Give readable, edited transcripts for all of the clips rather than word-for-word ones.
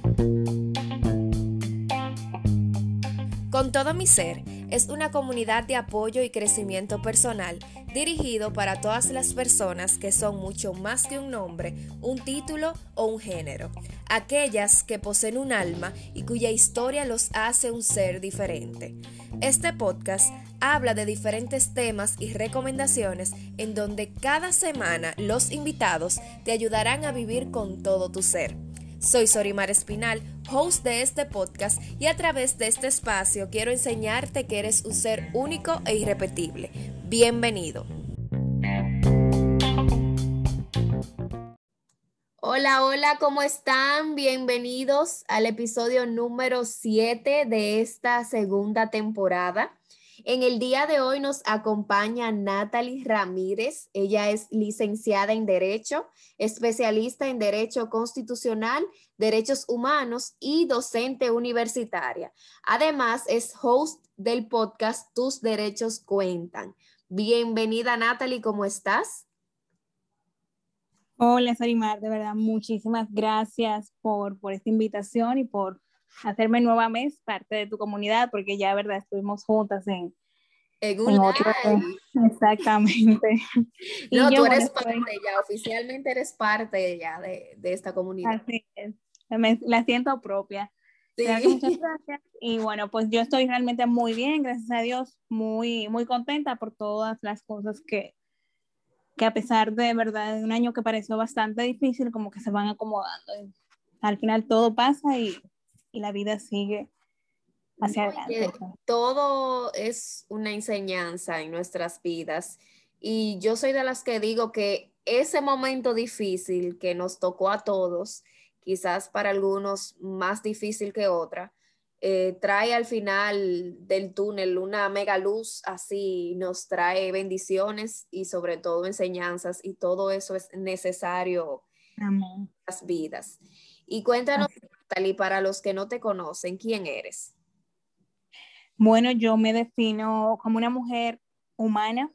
Con todo mi ser es una comunidad de apoyo y crecimiento personal dirigido para todas las personas que son mucho más que un nombre, un título o un género, aquellas que poseen un alma y cuya historia los hace un ser diferente. Este podcast habla de diferentes temas y recomendaciones en donde cada semana los invitados te ayudarán a vivir con todo tu ser. Soy Sorimar Espinal, host de este podcast, y a través de este espacio quiero enseñarte que eres un ser único e irrepetible. Bienvenido. Hola, hola, ¿cómo están? Bienvenidos al episodio número 7 de esta segunda temporada. En el día de hoy nos acompaña Natalie Ramírez. Ella es licenciada en Derecho, especialista en Derecho Constitucional, Derechos Humanos y docente universitaria. Además, es host del podcast Tus Derechos Cuentan. Bienvenida, Natalie, ¿cómo estás? Hola, Sarimar, de verdad, muchísimas gracias por esta invitación y por hacerme nuevamente parte de tu comunidad, porque ya, verdad, estuvimos juntas En un en otro. live. Exactamente. Y No, tú yo, bueno, eres parte ya, oficialmente eres parte ya de esta comunidad. así es, la siento propia. De verdad que muchas Sí. gracias. Y bueno, pues yo estoy realmente muy bien, gracias a Dios, muy, muy contenta por todas las cosas que a pesar de verdad de un año que pareció bastante difícil, como que se van acomodando. Al final todo pasa y la vida sigue No, hacia y adelante. todo es una enseñanza en nuestras vidas. Y yo soy de las que digo que ese momento difícil que nos tocó a todos, quizás para algunos más difícil que otra, trae al final del túnel una mega luz, así nos trae bendiciones y sobre todo enseñanzas, y todo eso es necesario Amén. en las vidas. Y cuéntanos, Así. Natalie, para los que no te conocen, ¿quién eres? Bueno, yo me defino como una mujer humana,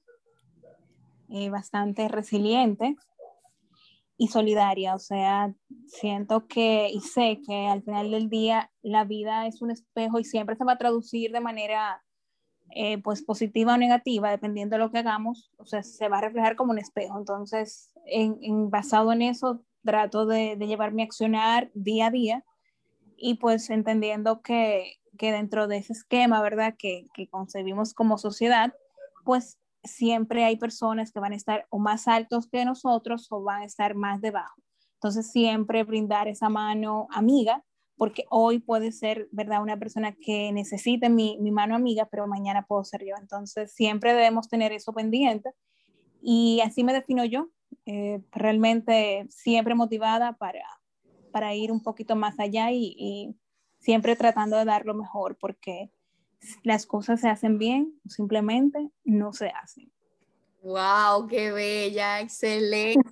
bastante resiliente y solidaria. O sea, siento que y sé que al final del día la vida es un espejo y siempre se va a traducir de manera pues positiva o negativa, dependiendo de lo que hagamos. O sea, se va a reflejar como un espejo. Entonces, basado en eso, trato de llevar mi accionar día a día y pues entendiendo que dentro de ese esquema, ¿verdad? Que concebimos como sociedad, pues siempre hay personas que van a estar o más altos que nosotros o van a estar más debajo. Entonces siempre brindar esa mano amiga, porque hoy puede ser, ¿verdad? Una persona que necesite mi mano amiga, pero mañana puedo ser yo. Entonces siempre debemos tener eso pendiente y así me defino yo, realmente siempre motivada para ir un poquito más allá y siempre tratando de dar lo mejor, porque las cosas se hacen bien, simplemente no se hacen. Wow, qué bella, excelente.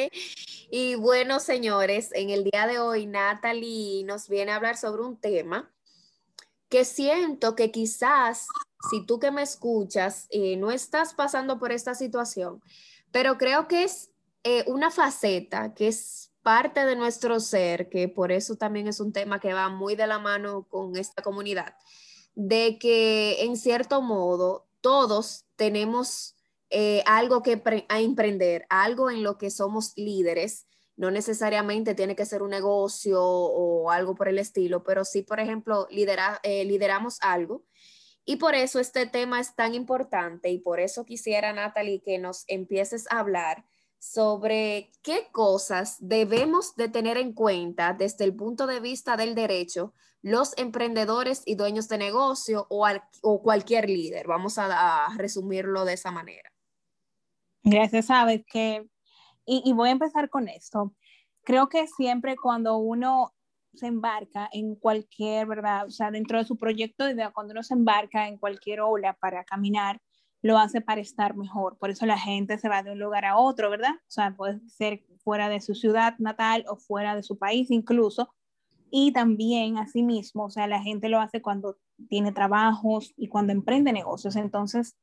Y bueno, señores, en el día de hoy Natalie nos viene a hablar sobre un tema que siento que quizás, si tú que me escuchas, no estás pasando por esta situación, pero creo que es una faceta que es parte de nuestro ser, que por eso también es un tema que va muy de la mano con esta comunidad, de que en cierto modo todos tenemos algo que a emprender, algo en lo que somos líderes. No necesariamente tiene que ser un negocio o algo por el estilo, pero sí, por ejemplo, lideramos algo. Y por eso este tema es tan importante y por eso quisiera, Natalie, que nos empieces a hablar sobre qué cosas debemos de tener en cuenta desde el punto de vista del derecho los emprendedores y dueños de negocio o cualquier líder. Vamos a resumirlo de esa manera. Gracias, sabes que, y voy a empezar con esto. Creo que siempre cuando uno se embarca en cualquier, ¿verdad? O sea, dentro de su proyecto, cuando uno se embarca en cualquier ola para caminar, lo hace para estar mejor. Por eso la gente se va de un lugar a otro, ¿verdad? O sea, puede ser fuera de su ciudad natal o fuera de su país incluso. Y también, asimismo, o sea, la gente lo hace cuando tiene trabajos y cuando emprende negocios. Entonces,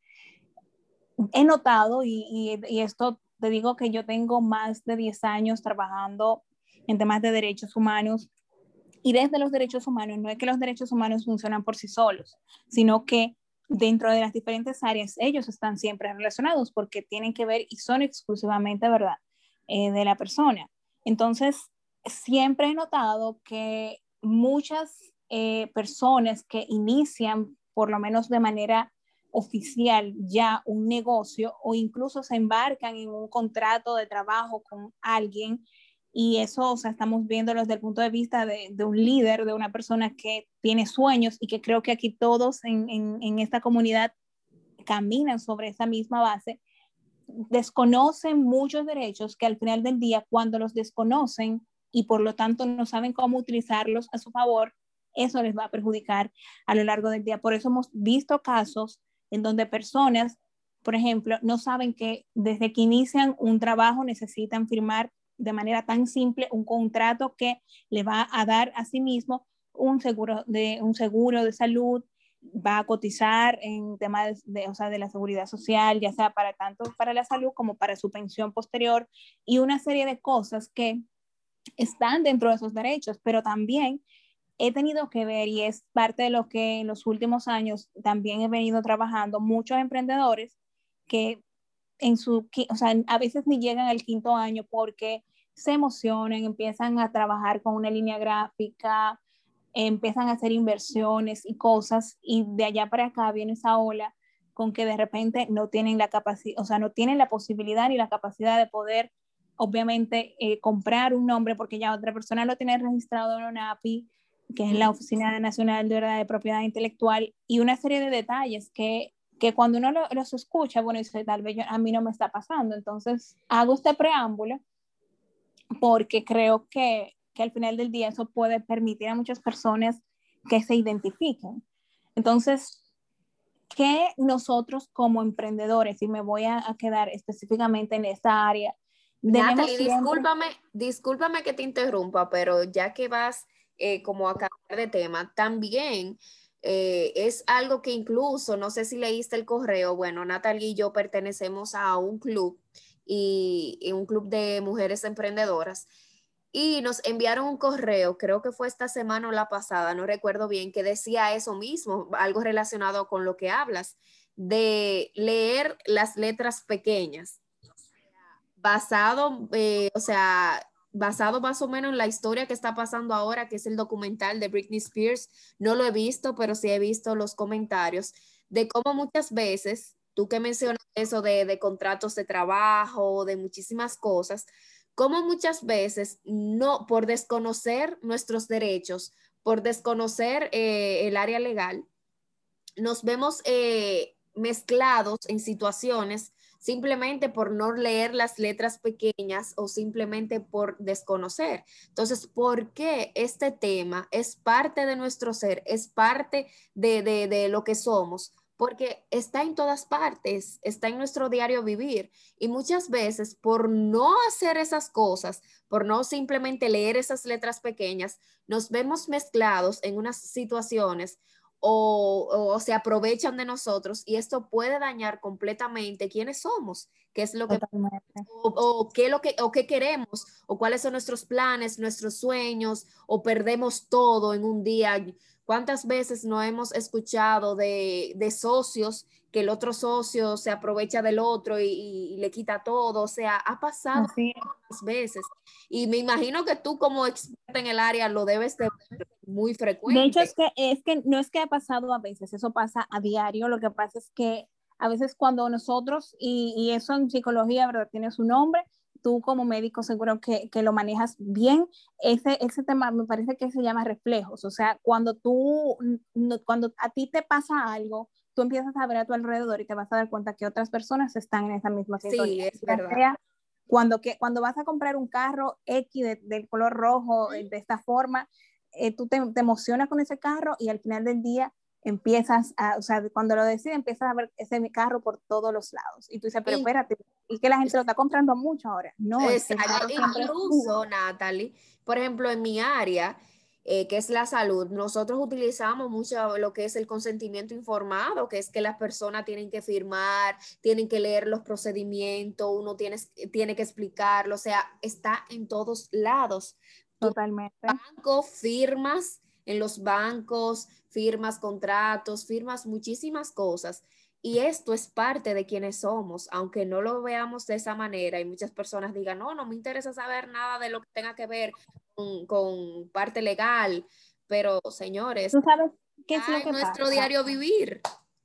he notado, y esto te digo que yo tengo más de 10 años trabajando en temas de derechos humanos Y desde los derechos humanos, no es que los derechos humanos funcionan por sí solos, sino que dentro de las diferentes áreas ellos están siempre relacionados porque tienen que ver y son exclusivamente, ¿verdad?, de la persona. Entonces, siempre he notado que muchas personas que inician, por lo menos de manera oficial, ya un negocio o incluso se embarcan en un contrato de trabajo con alguien, y eso, o sea, estamos viéndolo desde el punto de vista de un líder, de una persona que tiene sueños, y que creo que aquí todos en esta comunidad caminan sobre esa misma base. Desconocen muchos derechos que al final del día, cuando los desconocen y por lo tanto no saben cómo utilizarlos a su favor, eso les va a perjudicar a lo largo del día. Por eso hemos visto casos en donde personas, por ejemplo, no saben que desde que inician un trabajo necesitan firmar de manera tan simple un contrato que le va a dar a sí mismo un seguro de salud, va a cotizar en temas o sea, de la seguridad social, ya sea para tanto para la salud como para su pensión posterior, y una serie de cosas que están dentro de esos derechos, pero también he tenido que ver, y es parte de lo que en los últimos años también he venido trabajando, muchos emprendedores que o sea, a veces ni llegan al quinto año porque se emocionan, empiezan a trabajar con una línea gráfica, empiezan a hacer inversiones y cosas, y de allá para acá viene esa ola con que de repente no tienen la capacidad, o sea, no tienen la posibilidad ni la capacidad de poder, obviamente, comprar un nombre porque ya otra persona lo tiene registrado en ONAPI, que es la Oficina Nacional de Propiedad Intelectual, y una serie de detalles que cuando uno los escucha, bueno, dice, tal vez a mí no me está pasando. Entonces, hago este preámbulo porque creo que al final del día eso puede permitir a muchas personas que se identifiquen. Entonces, ¿qué nosotros como emprendedores, y me voy a quedar específicamente en esta área, debemos Natalie, siempre... discúlpame que te interrumpa, pero ya que vas como a cambiar de tema, también es algo que incluso, no sé si leíste el correo, bueno, Natalie y yo pertenecemos a un club y un club de mujeres emprendedoras, y nos enviaron un correo, creo que fue esta semana o la pasada, no recuerdo bien, que decía eso mismo, algo relacionado con lo que hablas, de leer las letras pequeñas basado, o sea, basado más o menos en la historia que está pasando ahora, que es el documental de Britney Spears. No lo he visto, pero sí he visto los comentarios de cómo muchas veces, tú que mencionas eso de contratos de trabajo, de muchísimas cosas, cómo muchas veces no, por desconocer nuestros derechos, por desconocer el área legal, nos vemos mezclados en situaciones simplemente por no leer las letras pequeñas o simplemente por desconocer. Entonces, ¿por qué este tema es parte de nuestro ser, es parte de lo que somos? Porque está en todas partes, está en nuestro diario vivir. Y muchas veces por no hacer esas cosas, por no simplemente leer esas letras pequeñas, nos vemos mezclados en unas situaciones o se aprovechan de nosotros, y esto puede dañar completamente quiénes somos, qué es lo que Totalmente. o qué lo que o qué queremos o cuáles son nuestros planes, nuestros sueños, o perdemos todo en un día. ¿Cuántas veces no hemos escuchado de socios que el otro socio se aprovecha del otro y le quita todo? O sea, ha pasado Así es. muchas veces, y me imagino que tú como experta en el área lo debes de ver muy De hecho, frecuente. es que no es que ha pasado a veces, eso pasa a diario. Lo que pasa es que a veces cuando nosotros, y eso en psicología, ¿verdad?, tiene su nombre, tú como médico seguro que lo manejas bien, ese tema me parece que se llama reflejos. O sea, cuando cuando a ti te pasa algo, tú empiezas a ver a tu alrededor y te vas a dar cuenta que otras personas están en esa misma Sí, sintonía. es Ya verdad. sea cuando vas a comprar un carro X del color rojo, de esta forma, tú te emocionas con ese carro, y al final del día empiezas o sea, cuando lo decides, empiezas a ver ese carro por todos los lados. Y tú dices, pero In- espérate, y que la gente lo está comprando mucho ahora. No, es que el Exacto. carro siempre estuvo. Incluso, Natalie, por ejemplo, en mi área, que es la salud, nosotros utilizamos mucho lo que es el consentimiento informado, que es que las personas tienen que firmar, tienen que leer los procedimientos, uno tiene que explicarlo, o sea, está en todos lados. Totalmente. Banco, firmas en los bancos, firmas contratos, firmas muchísimas cosas. Y esto es parte de quienes somos, aunque no lo veamos de esa manera y muchas personas digan, no, no me interesa saber nada de lo que tenga que ver con parte legal, pero señores, ¿Tú sabes qué es está lo en que nuestro pasa? diario vivir.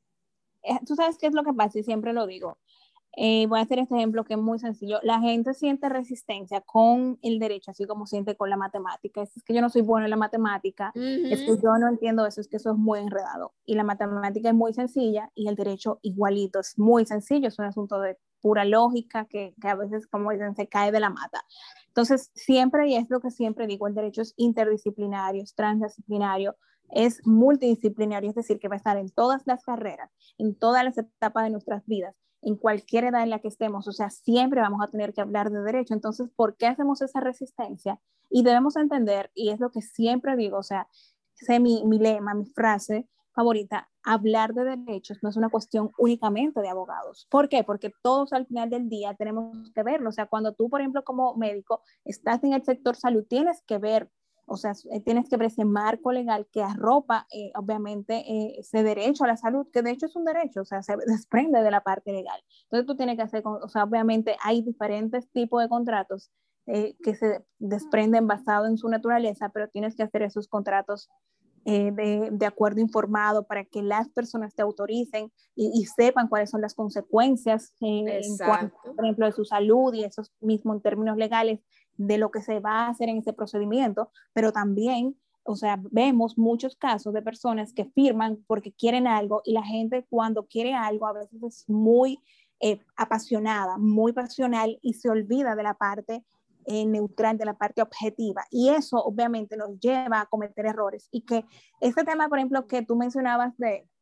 Tú sabes qué es lo que pasa y siempre lo digo. Voy a hacer este ejemplo que es muy sencillo. La gente siente resistencia con el derecho, así como siente con la matemática. Es que yo no soy bueno en la matemática, es que Ujú. yo no entiendo eso, es que eso es muy enredado. Y la matemática es muy sencilla y el derecho igualito, es muy sencillo, es un asunto de pura lógica que a veces, como dicen, se cae de la mata. Entonces, siempre, y es lo que siempre digo, el derecho es interdisciplinario, es transdisciplinario, es multidisciplinario, es decir, que va a estar en todas las carreras, en todas las etapas de nuestras vidas, en cualquier edad en la que estemos, o sea, siempre vamos a tener que hablar de derecho. Entonces, ¿por qué hacemos esa resistencia? Y debemos entender, y es lo que siempre digo, o sea, sé mi lema, mi frase favorita, hablar de derechos no es una cuestión únicamente de abogados. ¿Por qué? Porque todos al final del día tenemos que verlo. O sea, cuando tú, por ejemplo, como médico, estás en el sector salud, tienes que ver, o sea, tienes que ver ese marco legal que arropa, obviamente, ese derecho a la salud, que de hecho es un derecho, o sea, se desprende de la parte legal. Entonces tú tienes que hacer, o sea, obviamente hay diferentes tipos de contratos que se desprenden basado en su naturaleza, pero tienes que hacer esos contratos de acuerdo informado para que las personas te autoricen y sepan cuáles son las consecuencias en cuanto, Exacto. por ejemplo, de su salud y esos mismos en términos legales de lo que se va a hacer en ese procedimiento, pero también, o sea, vemos muchos casos de personas que firman porque quieren algo y la gente cuando quiere algo a veces es muy apasionada, muy pasional y se olvida de la parte neutral, de la parte objetiva. Y eso obviamente nos lleva a cometer errores. Y que este tema, por ejemplo, que tú mencionabas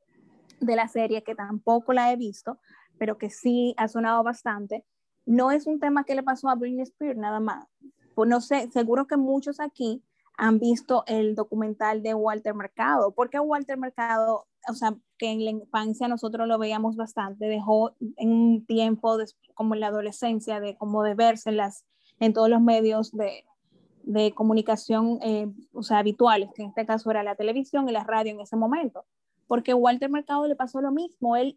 de la serie, que tampoco la he visto, pero que sí ha sonado bastante, no es un tema que le pasó a Britney Spears nada más. Pues no sé, seguro que muchos aquí han visto el documental de Walter Mercado, porque Walter Mercado, o sea, que en la infancia nosotros lo veíamos bastante, dejó en un tiempo como en la adolescencia de como de verse en todos los medios de comunicación, o sea, habituales, que en este caso era la televisión y la radio en ese momento. Porque Walter Mercado le pasó lo mismo, él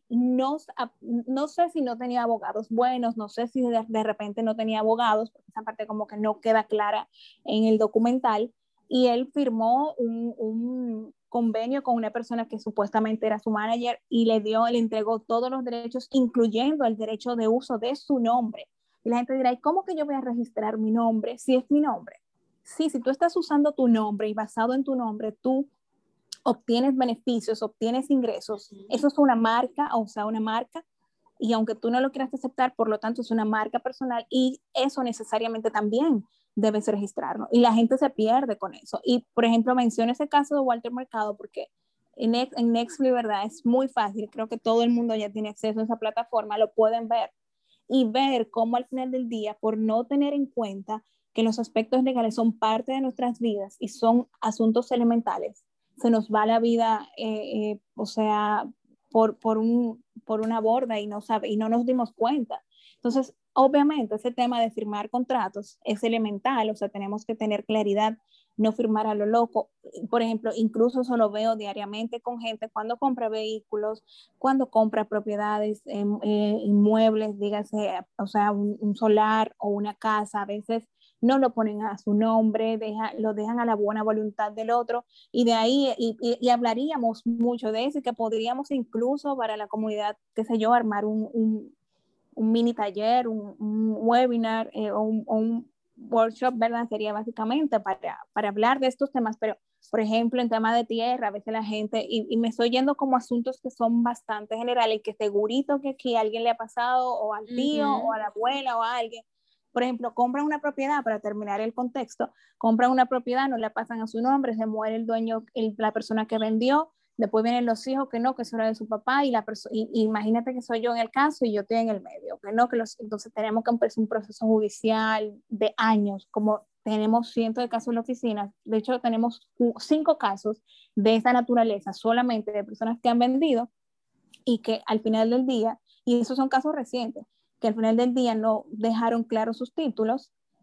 no sé si no tenía abogados buenos, no sé si de repente no tenía abogados, porque esa parte como que no queda clara en el documental, y él firmó un convenio con una persona que supuestamente era su manager y le entregó todos los derechos, incluyendo el derecho de uso de su nombre. Y la gente dirá, ¿y cómo que yo voy a registrar mi nombre si es mi nombre? Sí, si tú estás usando tu nombre y basado en tu nombre, tú obtienes beneficios, obtienes ingresos. Eso es una marca, o sea, una marca, y aunque tú no lo quieras aceptar, por lo tanto es una marca personal y eso necesariamente también debes registrarlo. Y la gente se pierde con eso. Y, por ejemplo, menciono ese caso de Walter Mercado porque en Netflix, ¿verdad? Es muy fácil. Creo que todo el mundo ya tiene acceso a esa plataforma, lo pueden ver y ver cómo al final del día, por no tener en cuenta que los aspectos legales son parte de nuestras vidas y son asuntos elementales, se nos va la vida, o sea, por una borda y no nos dimos cuenta. Entonces, obviamente, ese tema de firmar contratos es elemental, o sea, tenemos que tener claridad, no firmar a lo loco. Por ejemplo, incluso eso lo veo diariamente con gente cuando compra vehículos, cuando compra propiedades, inmuebles, dígase, o sea, un solar o una casa, a veces no lo ponen a su nombre, lo dejan a la buena voluntad del otro y de ahí, y hablaríamos mucho de eso y que podríamos incluso para la comunidad, qué sé yo, armar un mini taller, un webinar o un workshop, ¿verdad? Sería básicamente para hablar de estos temas, pero por ejemplo, en tema de tierra, a veces la gente, y me estoy yendo como asuntos que son bastante generales, que segurito que aquí a alguien le ha pasado, o al tío, o a Ujú. la abuela, o a alguien. Por ejemplo, compran una propiedad, para terminar el contexto, compran una propiedad, no la pasan a su nombre, se muere el dueño, la persona que vendió, después vienen los hijos que no, que eso era de su papá, y imagínate que soy yo en el caso y yo estoy en el medio, que no, entonces tenemos que empezar un proceso judicial de años, como tenemos cientos de casos en la oficina, de hecho tenemos 5 casos de esa naturaleza, solamente de personas que han vendido y que al final del día, y esos son casos recientes, que al final del día no dejaron claros sus títulos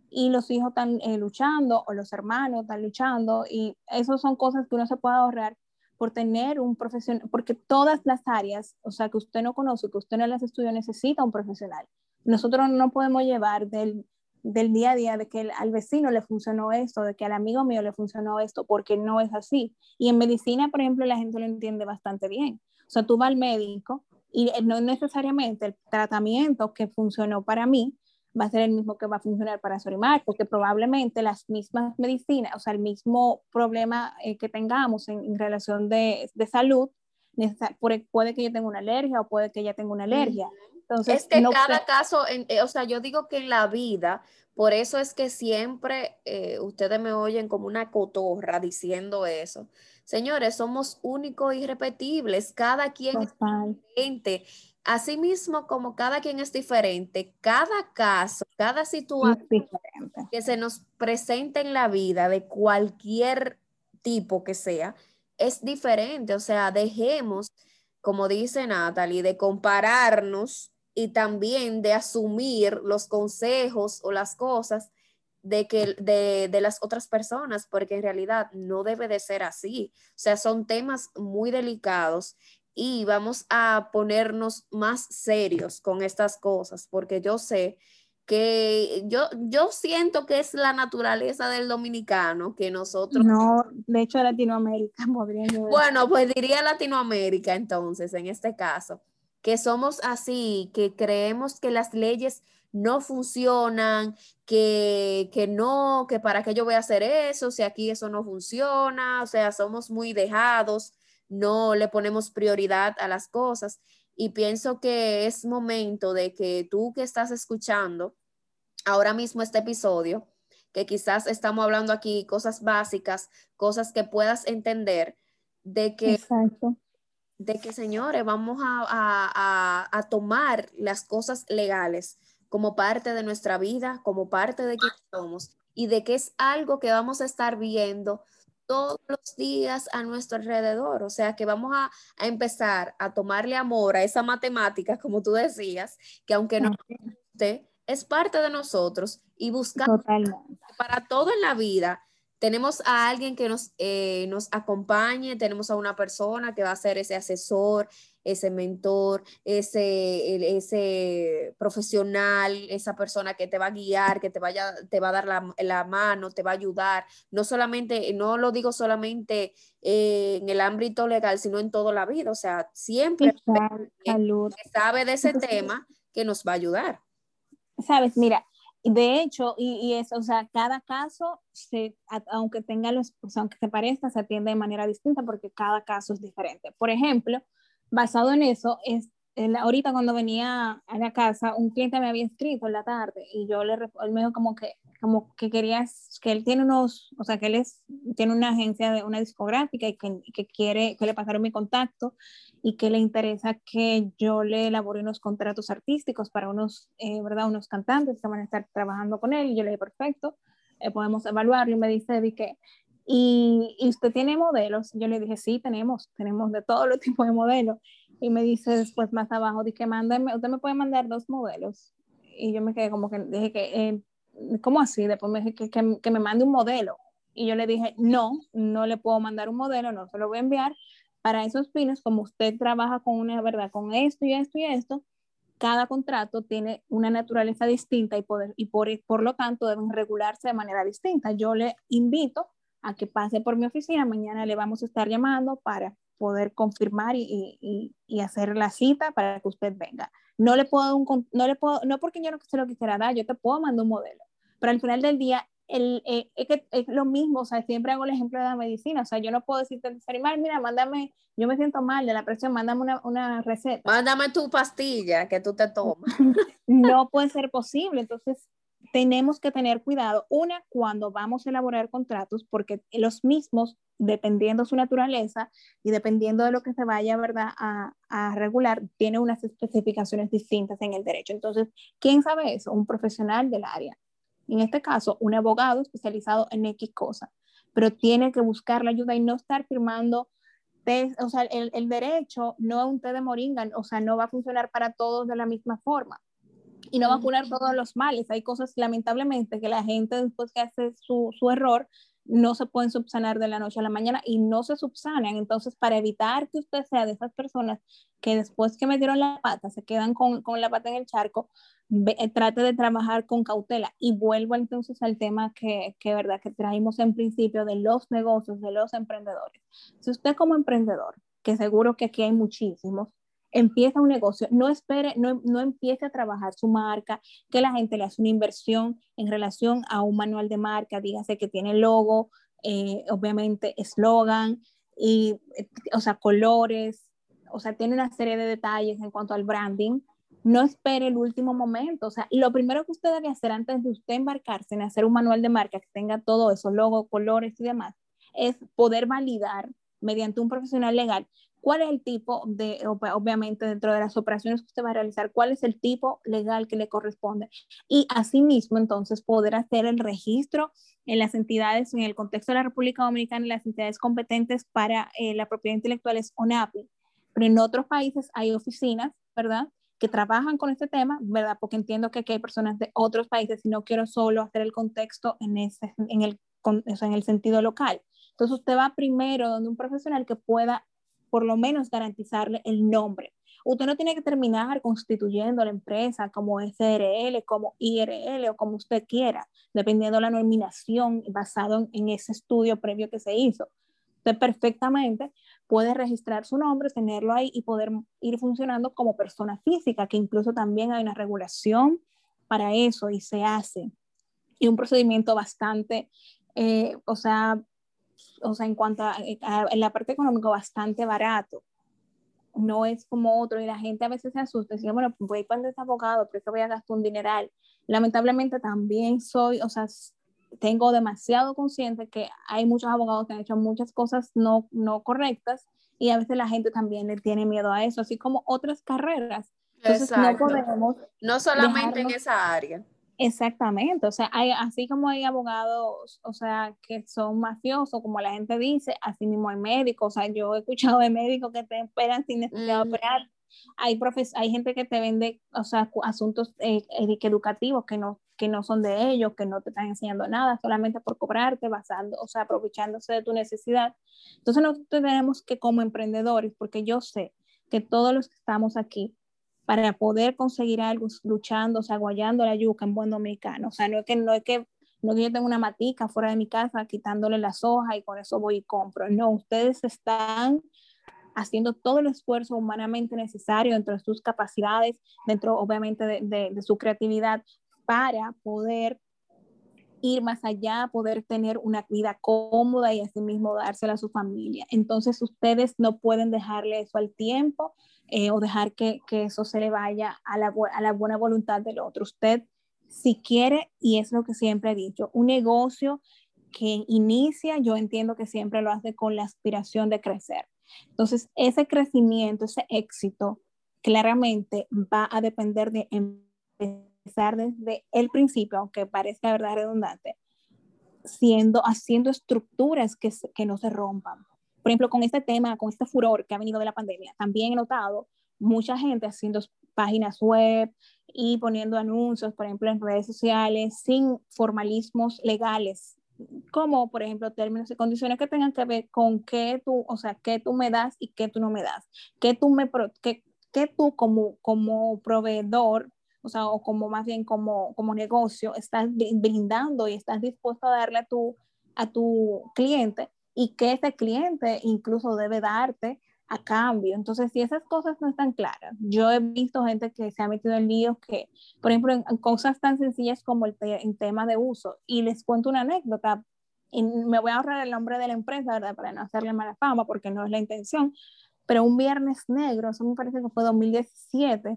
y los hijos están luchando, o los hermanos están luchando, y eso son cosas que uno se puede ahorrar por tener un profesional, porque todas las áreas, o sea, que usted no conoce, que usted no las estudió, necesita un profesional. Nosotros no podemos llevar del día a día de que al vecino le funcionó esto, de que al amigo mío le funcionó esto, porque no es así. Y en medicina, por ejemplo, la gente lo entiende bastante bien. O sea, tú vas al médico y no necesariamente el tratamiento que funcionó para mí va a ser el mismo que va a funcionar para Sorimar, porque probablemente las mismas medicinas, o sea, el mismo problema que tengamos en relación de salud, puede que yo tenga una alergia o puede que ella tenga una alergia. Entonces, Es que cada caso, o sea, yo digo que en la vida, por eso es que siempre ustedes me oyen como una cotorra diciendo eso. Señores, somos únicos y irrepetibles, cada quien es total, diferente. Asimismo, como cada quien es diferente, cada caso, cada situación es diferente. que se nos presenta en la vida de cualquier tipo que sea, es diferente. O sea, dejemos, como dice Natalie, de compararnos y también de asumir los consejos o las cosas de las otras personas, porque en realidad no debe de ser así. O sea, son temas muy delicados y vamos a ponernos más serios con estas cosas, porque yo sé que yo siento que es la naturaleza del dominicano, que nosotros, No, de hecho, Latinoamérica podría yo decir. bueno, pues diría Latinoamérica entonces, en este caso, que somos así, que creemos que las leyes no funcionan, que no, que para qué yo voy a hacer eso, si aquí eso no funciona, o sea, somos muy dejados, no le ponemos prioridad a las cosas y pienso que es momento de que tú que estás escuchando, ahora mismo este episodio, que quizás estamos hablando aquí cosas básicas, cosas que puedas entender, de que, Exacto. de que señores, vamos a tomar las cosas legales como parte de nuestra vida, como parte de quien somos, y de que es algo que vamos a estar viendo todos los días a nuestro alrededor. O sea, que vamos a empezar a tomarle amor a esa matemática, como tú decías, que aunque no guste, es parte de nosotros y buscar Totalmente. para todo en la vida. Tenemos a alguien que nos acompañe, tenemos a una persona que va a ser ese asesor, ese mentor, ese profesional, esa persona que te va a guiar, que te va a dar la mano, te va a ayudar. No solamente, no lo digo solamente en el ámbito legal, sino en toda la vida. O sea, siempre Igual, alguien salud. que sabe de ese Entonces, tema que nos va a ayudar. sabes, mira, de hecho, y es, o sea, cada caso, aunque tenga o sea, aunque se parezca, se atiende de manera distinta porque cada caso es diferente. Por ejemplo, basado en eso, ahorita cuando venía a la casa, un cliente me había escrito en la tarde y él me dijo como que quería, que él tiene o sea, que tiene una agencia de una discográfica y que quiere que le pasaron mi contacto y que le interesa que yo le elabore unos contratos artísticos para ¿verdad? Unos cantantes que van a estar trabajando con él. Y yo le dije, perfecto, podemos evaluarlo. Y me dice, ¿y usted tiene modelos? Yo le dije, sí, tenemos de todos los tipos de modelos. Y me dice después más abajo, dije, usted me puede mandar 2 modelos. Y yo me quedé como que, dije ¿cómo así? Después me dije que me mande un modelo. Y yo le dije, no le puedo mandar un modelo, no se lo voy a enviar. Para esos fines, como usted trabaja con una verdad, con esto y esto y esto, cada contrato tiene una naturaleza distinta y por lo tanto deben regularse de manera distinta. Yo le invito a que pase por mi oficina, mañana le vamos a estar llamando para poder confirmar y hacer la cita para que usted venga. No porque yo no se lo quisiera dar, yo te puedo mandar un modelo, pero al final del día es lo mismo, o sea, siempre hago el ejemplo de la medicina, o sea, yo no puedo decirte, mira, mándame, yo me siento mal de la presión, mándame una receta. Mándame tu pastilla que tú te tomas. No puede ser posible, entonces tenemos que tener cuidado, cuando vamos a elaborar contratos, porque los mismos, dependiendo su naturaleza y dependiendo de lo que se vaya, ¿verdad?, a regular, tiene unas especificaciones distintas en el derecho. Entonces, ¿quién sabe eso? Un profesional del área. En este caso, un abogado especializado en X cosa, pero tiene que buscar la ayuda y no estar firmando o sea, el derecho no es un té de moringa, o sea, no va a funcionar para todos de la misma forma. y no va a curar todos los males. Hay cosas, lamentablemente, que la gente después que hace su error, no se pueden subsanar de la noche a la mañana y no se subsanan. Entonces, para evitar que usted sea de esas personas que después que metieron la pata, se quedan con la pata en el charco, trate de trabajar con cautela. Y vuelvo entonces al tema verdad, que trajimos en principio de los negocios, de los emprendedores. Si usted como emprendedor, que seguro que aquí hay muchísimos, empieza un negocio, no espere, no empiece a trabajar su marca, que la gente le hace una inversión en relación a un manual de marca, dígase que tiene logo, obviamente eslogan, y, o sea, colores, o sea, tiene una serie de detalles en cuanto al branding. No espere el último momento, o sea, lo primero que usted debe hacer antes de usted embarcarse en hacer un manual de marca que tenga todo eso, logo, colores y demás, es poder validar mediante un profesional legal cuál es el tipo de, obviamente dentro de las operaciones que usted va a realizar, cuál es el tipo legal que le corresponde. Y asimismo, entonces, poder hacer el registro en las entidades, en el contexto de la República Dominicana, las entidades competentes para la propiedad intelectual es ONAPI. Pero en otros países hay oficinas, ¿verdad?, que trabajan con este tema, ¿verdad? Porque entiendo que aquí hay personas de otros países y no quiero solo hacer el contexto en el sentido local. Entonces usted va primero donde un profesional que pueda por lo menos garantizarle el nombre. Usted no tiene que terminar constituyendo la empresa como SRL, como IRL o como usted quiera, dependiendo de la nominación basado en ese estudio previo que se hizo. Usted perfectamente puede registrar su nombre, tenerlo ahí y poder ir funcionando como persona física, que incluso también hay una regulación para eso y se hace. Y un procedimiento bastante, o sea, en cuanto en la parte económica, bastante barato. No es como otro, y la gente a veces se asusta y dice, bueno, voy a ir para ese abogado, pero es que voy a gastar un dineral. Lamentablemente también o sea, tengo demasiado consciente que hay muchos abogados que han hecho muchas cosas no correctas y a veces la gente también le tiene miedo a eso, así como otras carreras. Entonces no Exacto. podemos No solamente en dejarnos. esa área. Exactamente, o sea, así como hay abogados, o sea, que son mafiosos, como la gente dice, así mismo hay médicos, o sea, yo he escuchado de médicos que te esperan sin necesidad de operar, hay gente que te vende, o sea, asuntos educativos que no son de ellos, que no te están enseñando nada, solamente por cobrarte, basando, o sea, aprovechándose de tu necesidad. Entonces nosotros tenemos que como emprendedores, porque yo sé que todos los que estamos aquí, para poder conseguir algo luchando, o sea, guayando la yuca en buen dominicano. O sea, no es que yo tenga una matica fuera de mi casa quitándole las hojas y con eso voy y compro. No, ustedes están haciendo todo el esfuerzo humanamente necesario dentro de sus capacidades, dentro obviamente de su creatividad para poder ir más allá, poder tener una vida cómoda y asimismo dársela a su familia. Entonces ustedes no pueden dejarle eso al tiempo o dejar que eso se le vaya a la buena voluntad del otro. Usted, si quiere, y es lo que siempre he dicho, un negocio que inicia, yo entiendo que siempre lo hace con la aspiración de crecer. Entonces, ese crecimiento, ese éxito, claramente va a depender de empezar desde el principio, aunque parezca verdad redundante, haciendo estructuras que no se rompan. Por ejemplo, con este tema, con este furor que ha venido de la pandemia, también he notado mucha gente haciendo páginas web y poniendo anuncios, por ejemplo, en redes sociales, sin formalismos legales, como por ejemplo términos y condiciones que tengan que ver con qué tú, o sea, qué tú me das y qué tú no me das, qué tú como proveedor, o sea, o como más bien como negocio, estás brindando y estás dispuesto a darle a tu cliente y que ese cliente incluso debe darte a cambio. Entonces, si esas cosas no están claras, yo he visto gente que se ha metido en líos que, por ejemplo, en cosas tan sencillas como en tema de uso, y les cuento una anécdota, y me voy a ahorrar el nombre de la empresa, ¿verdad? Para no hacerle mala fama, porque no es la intención, pero un viernes negro, eso me parece que fue 2017,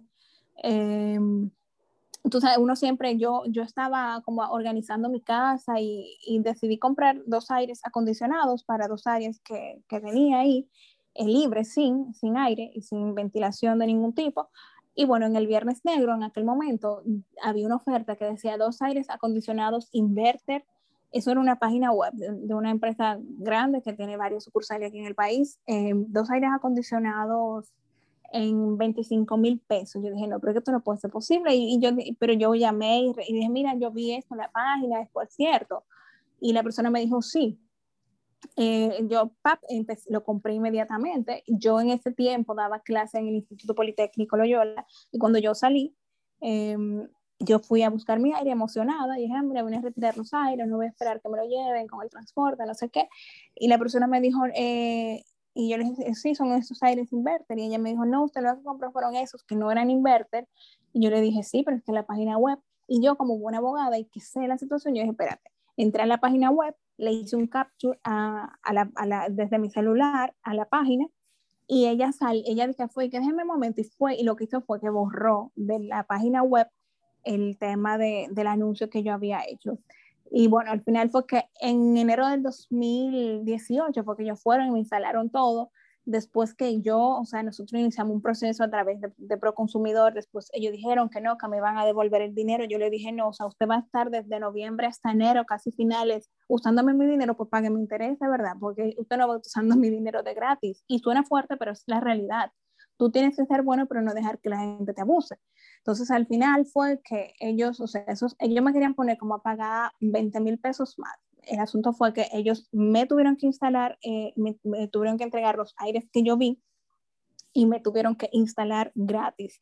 entonces uno siempre, yo estaba como organizando mi casa y decidí comprar 2 aires acondicionados para 2 áreas que tenía ahí, libres, sin aire y sin ventilación de ningún tipo. Y bueno, en el Viernes Negro, en aquel momento, había una oferta que decía 2 aires acondicionados inverter. Eso era una página web de una empresa grande que tiene varios sucursales aquí en el país. 2 aires acondicionados en 25,000 pesos. Yo dije, no, pero que esto no puede ser posible. Pero yo llamé y dije, mira, yo vi esto en la página, es por cierto. Y la persona me dijo, sí. Yo lo compré inmediatamente. Yo en ese tiempo daba clase en el Instituto Politécnico Loyola y cuando yo salí, eh, yo fui a buscar mi aire emocionada y dije, mira, voy a retirar los aires, no voy a esperar que me lo lleven con el transporte, no sé qué. Y la persona me dijo, y yo le dije, sí, son esos aires inverter. Y ella me dijo, no, usted lo que compró fueron esos que no eran inverter. Y yo le dije, sí, pero es que la página web. Y yo, como buena abogada y que sé la situación, yo dije, espérate, entré a la página web, le hice un capture desde mi celular a la página y ella dice, fue que déjeme un momento y fue, y lo que hizo fue que borró de la página web el tema del anuncio que yo había hecho. Y bueno, al final fue que en enero del 2018 fue que ellos fueron y me instalaron todo. Después que yo, o sea, nosotros iniciamos un proceso a través de Proconsumidor, después ellos dijeron que no, que me iban a devolver el dinero. Yo le dije, no, o sea, usted va a estar desde noviembre hasta enero, casi finales, usándome mi dinero, pues pague mi interés, de verdad, porque usted no va usando mi dinero de gratis. Y suena fuerte, pero es la realidad. Tú tienes que ser bueno, pero no dejar que la gente te abuse. Entonces, al final fue que ellos, o sea, ellos me querían poner como a pagar 20,000 pesos más. El asunto fue que ellos me tuvieron que instalar, me tuvieron que entregar los aires que yo vi y me tuvieron que instalar gratis.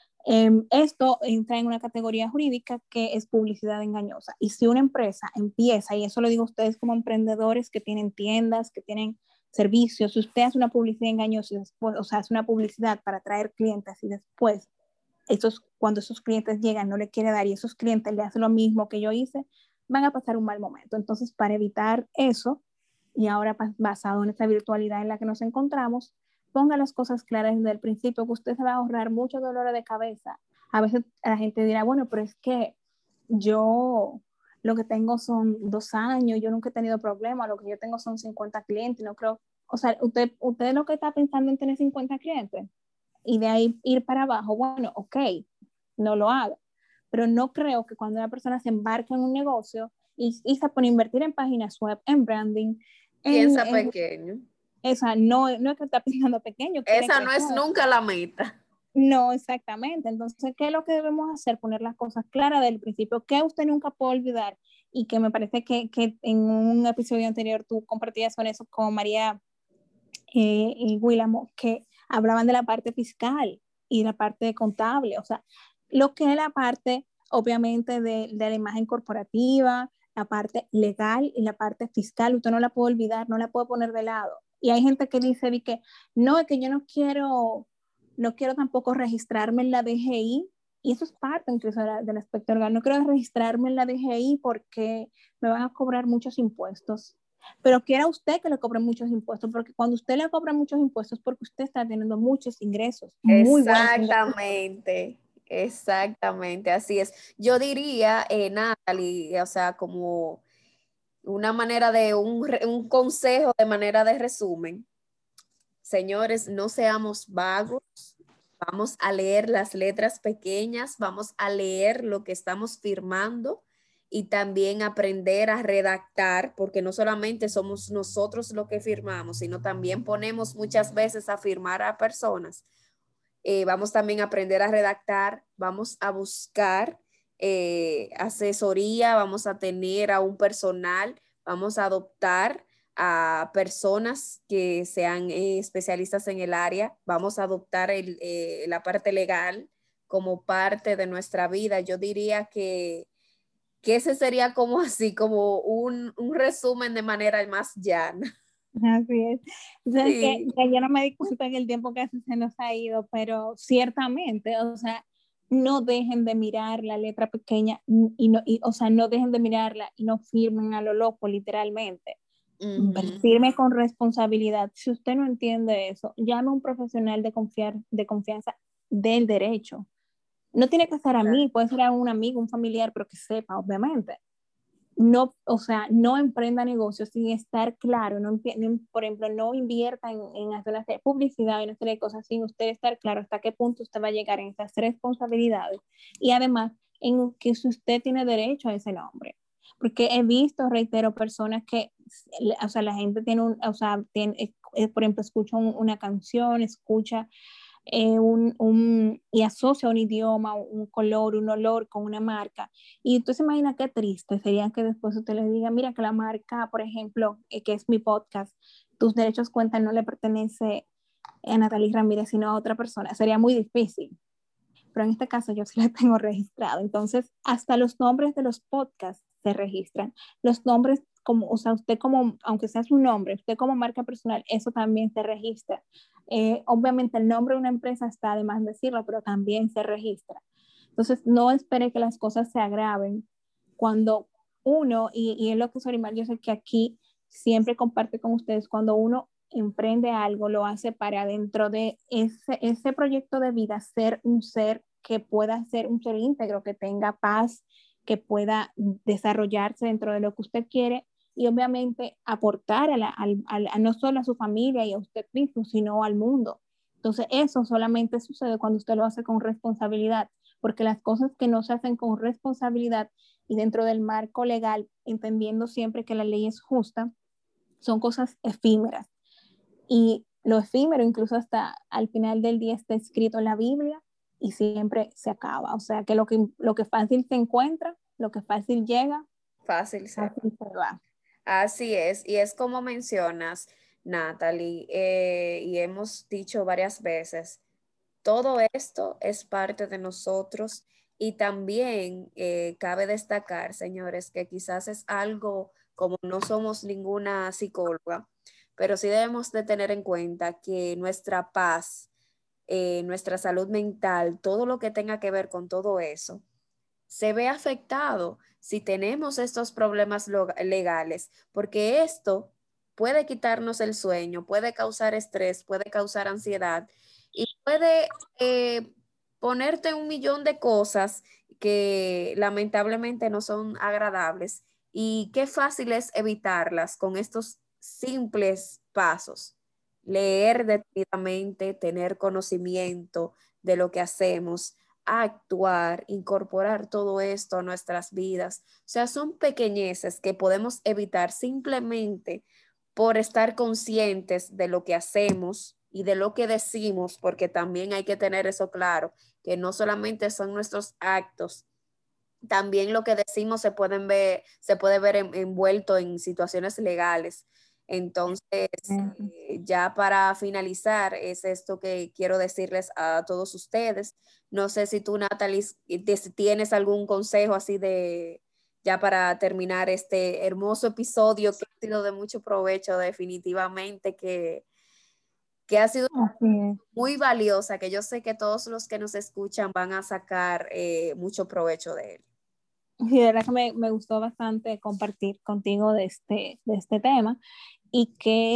Esto entra en una categoría jurídica que es publicidad engañosa. Y si una empresa empieza, y eso lo digo a ustedes como emprendedores que tienen tiendas, que tienen servicios, si usted hace una publicidad engañosa y después, o sea, hace una publicidad para atraer clientes y después cuando esos clientes llegan no le quiere dar y esos clientes le hacen lo mismo que yo hice, van a pasar un mal momento. Entonces, para evitar eso, y ahora basado en esta virtualidad en la que nos encontramos, ponga las cosas claras desde el principio, que usted se va a ahorrar mucho dolor de cabeza. A veces la gente dirá, bueno, pero es que yo lo que tengo son 2 años, yo nunca he tenido problemas, lo que yo tengo son 50 clientes, no creo, o sea, usted lo que está pensando en tener 50 clientes y de ahí ir para abajo, bueno, ok, no lo haga. Pero no creo que cuando una persona se embarca en un negocio y se pone a invertir en páginas web, en branding, Piensa pequeño. esa no es que está pensando pequeño, quiere Esa no crecer. es nunca la meta. No, exactamente. Entonces, ¿qué es lo que debemos hacer? Poner las cosas claras desde el principio, que usted nunca puede olvidar y que me parece que en un episodio anterior tú compartías con eso con María y Willamo, que hablaban de la parte fiscal y la parte contable, o sea, lo que es la parte, obviamente, de la imagen corporativa, la parte legal y la parte fiscal, usted no la puede olvidar, no la puede poner de lado. Y hay gente que dice de que no, es que yo no quiero tampoco registrarme en la DGI, y eso es parte incluso del aspecto legal, no quiero registrarme en la DGI porque me van a cobrar muchos impuestos. Pero quiera usted que le cobren muchos impuestos, porque cuando usted le cobra muchos impuestos es porque usted está teniendo muchos ingresos, muy buenos ingresos. Exactamente, exactamente, así es. Yo diría, Natalie, o sea, como una manera de un consejo de manera de resumen. Señores, no seamos vagos, vamos a leer las letras pequeñas, vamos a leer lo que estamos firmando y también aprender a redactar, porque no solamente somos nosotros lo que firmamos, sino también ponemos muchas veces a firmar a personas. Vamos también a aprender a redactar, vamos a buscar asesoría, vamos a tener a un personal, vamos a adoptar a personas que sean especialistas en el área, vamos a adoptar la parte legal como parte de nuestra vida. Yo diría que ese sería como así, como un resumen de manera más llana. Así es. Entonces, Sí. que yo no me di cuenta en el tiempo que se nos ha ido, pero ciertamente, o sea, no dejen de mirar la letra pequeña o sea, no dejen de mirarla y no firmen a lo loco, literalmente. Firme con responsabilidad. Si usted no entiende eso, llame a un profesional de confianza del derecho. No tiene que ser a mí, puede ser a un amigo, un familiar, pero que sepa, obviamente. No, o sea, no emprenda negocios sin estar claro, por ejemplo, no invierta en hacer una serie de publicidad y una serie de cosas sin usted estar claro hasta qué punto usted va a llegar en esas responsabilidades y además en que si usted tiene derecho a ese nombre. Porque he visto, reitero, personas que, o sea, la gente tiene o sea, por ejemplo, escucha una canción, escucha y asocia un idioma, un color, un olor con una marca. Y entonces imagina qué triste sería que después usted le diga, mira que la marca, por ejemplo, que es mi podcast, tus derechos cuentan, no le pertenece a Natalie Ramírez, sino a otra persona. Sería muy difícil. Pero en este caso yo sí la tengo registrado. Entonces, hasta los nombres de los podcasts se registran. Los nombres, como, o sea, usted como, aunque sea su nombre, usted como marca personal, eso también se registra. Obviamente el nombre de una empresa está de más decirlo, pero también se registra. Entonces, no espere que las cosas se agraven cuando uno, y es lo que Sorimar, yo sé que aquí siempre comparte con ustedes, cuando uno emprende algo, lo hace para dentro de ese proyecto de vida ser un ser que pueda ser un ser íntegro, que tenga paz, que pueda desarrollarse dentro de lo que usted quiere y obviamente aportar no solo a su familia y a usted mismo, sino al mundo. Entonces eso solamente sucede cuando usted lo hace con responsabilidad, porque las cosas que no se hacen con responsabilidad y dentro del marco legal, entendiendo siempre que la ley es justa, son cosas efímeras. Y lo efímero, incluso hasta al final del día, está escrito en la Biblia y siempre se acaba. O sea que lo que fácil se encuentra, lo que fácil llega, Fácil se va. fácil se va. Así es, y es como mencionas, Natalie, y hemos dicho varias veces, todo esto es parte de nosotros y también cabe destacar, señores, que quizás es algo como no somos ninguna psicóloga, pero sí debemos de tener en cuenta que nuestra paz, nuestra salud mental, todo lo que tenga que ver con todo eso, se ve afectado si tenemos estos problemas legales, porque esto puede quitarnos el sueño, puede causar estrés, puede causar ansiedad y puede ponerte un millón de cosas que lamentablemente no son agradables y qué fácil es evitarlas con estos simples pasos. Leer detenidamente, tener conocimiento de lo que hacemos, actuar, incorporar todo esto a nuestras vidas. O sea, son pequeñeces que podemos evitar simplemente por estar conscientes de lo que hacemos y de lo que decimos, porque también hay que tener eso claro, que no solamente son nuestros actos, también lo que decimos se puede ver envuelto en situaciones legales. Entonces, ya para finalizar, es esto que quiero decirles a todos ustedes. No sé si tú, Natalie, tienes algún consejo así de, ya para terminar este hermoso episodio que ha sido de mucho provecho, definitivamente, que ha sido Así es. muy valiosa, que yo sé que todos los que nos escuchan van a sacar mucho provecho de él. Y de verdad que me gustó bastante compartir contigo de este tema y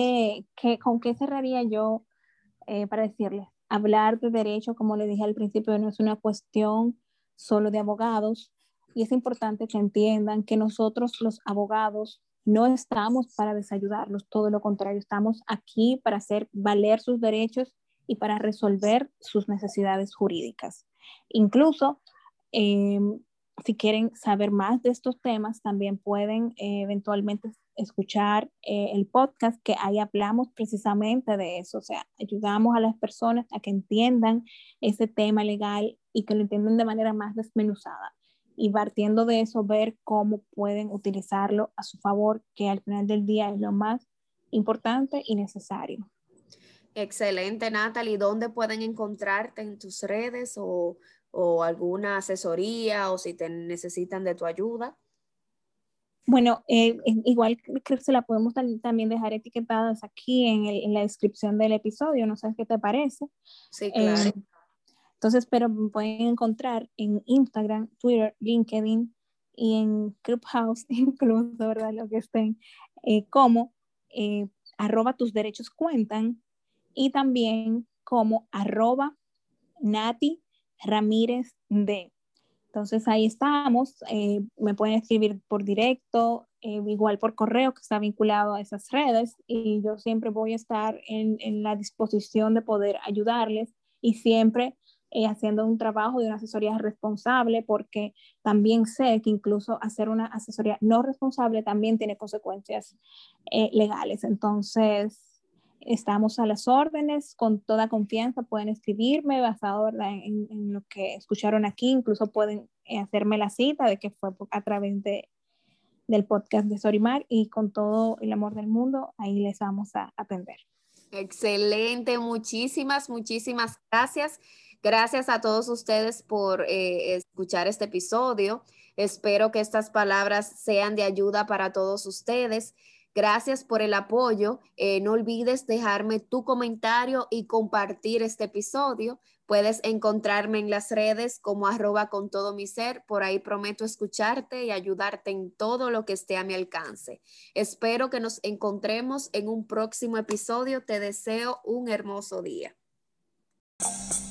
con qué cerraría yo para decirles, hablar de derecho, como le dije al principio, no es una cuestión solo de abogados y es importante que entiendan que nosotros los abogados no estamos para desayudarlos, todo lo contrario, estamos aquí para hacer valer sus derechos y para resolver sus necesidades jurídicas. Incluso, eh, si quieren saber más de estos temas, también pueden eventualmente escuchar el podcast que ahí hablamos precisamente de eso, o sea, ayudamos a las personas a que entiendan ese tema legal y que lo entiendan de manera más desmenuzada y partiendo de eso ver cómo pueden utilizarlo a su favor, que al final del día es lo más importante y necesario. Excelente, Natalie. ¿Dónde pueden encontrarte en tus redes o alguna asesoría o si te necesitan de tu ayuda? Bueno, igual creo que se la podemos también dejar etiquetadas aquí en la descripción del episodio, no sé qué te parece. Sí, claro. Eh, entonces, pero me pueden encontrar en Instagram, Twitter, LinkedIn y en Clubhouse, incluso, ¿verdad? Lo que estén, como eh, arroba tus derechos cuentan y también como arroba Nati Ramírez D. Entonces ahí estamos, me pueden escribir por directo, igual por correo que está vinculado a esas redes y yo siempre voy a estar en la disposición de poder ayudarles y siempre haciendo un trabajo de una asesoría responsable porque también sé que incluso hacer una asesoría no responsable también tiene consecuencias legales. Entonces, Estamos a las órdenes, con toda confianza pueden escribirme basado, ¿verdad?, en lo que escucharon aquí, incluso pueden hacerme la cita de que fue a través del podcast de Sorimar, y con todo el amor del mundo ahí les vamos a atender. Excelente, muchísimas gracias. Gracias a todos ustedes por escuchar este episodio. Espero que estas palabras sean de ayuda para todos ustedes. Gracias por el apoyo. No olvides dejarme tu comentario y compartir este episodio. Puedes encontrarme en las redes como @contodomiser. Por ahí prometo escucharte y ayudarte en todo lo que esté a mi alcance. Espero que nos encontremos en un próximo episodio. Te deseo un hermoso día.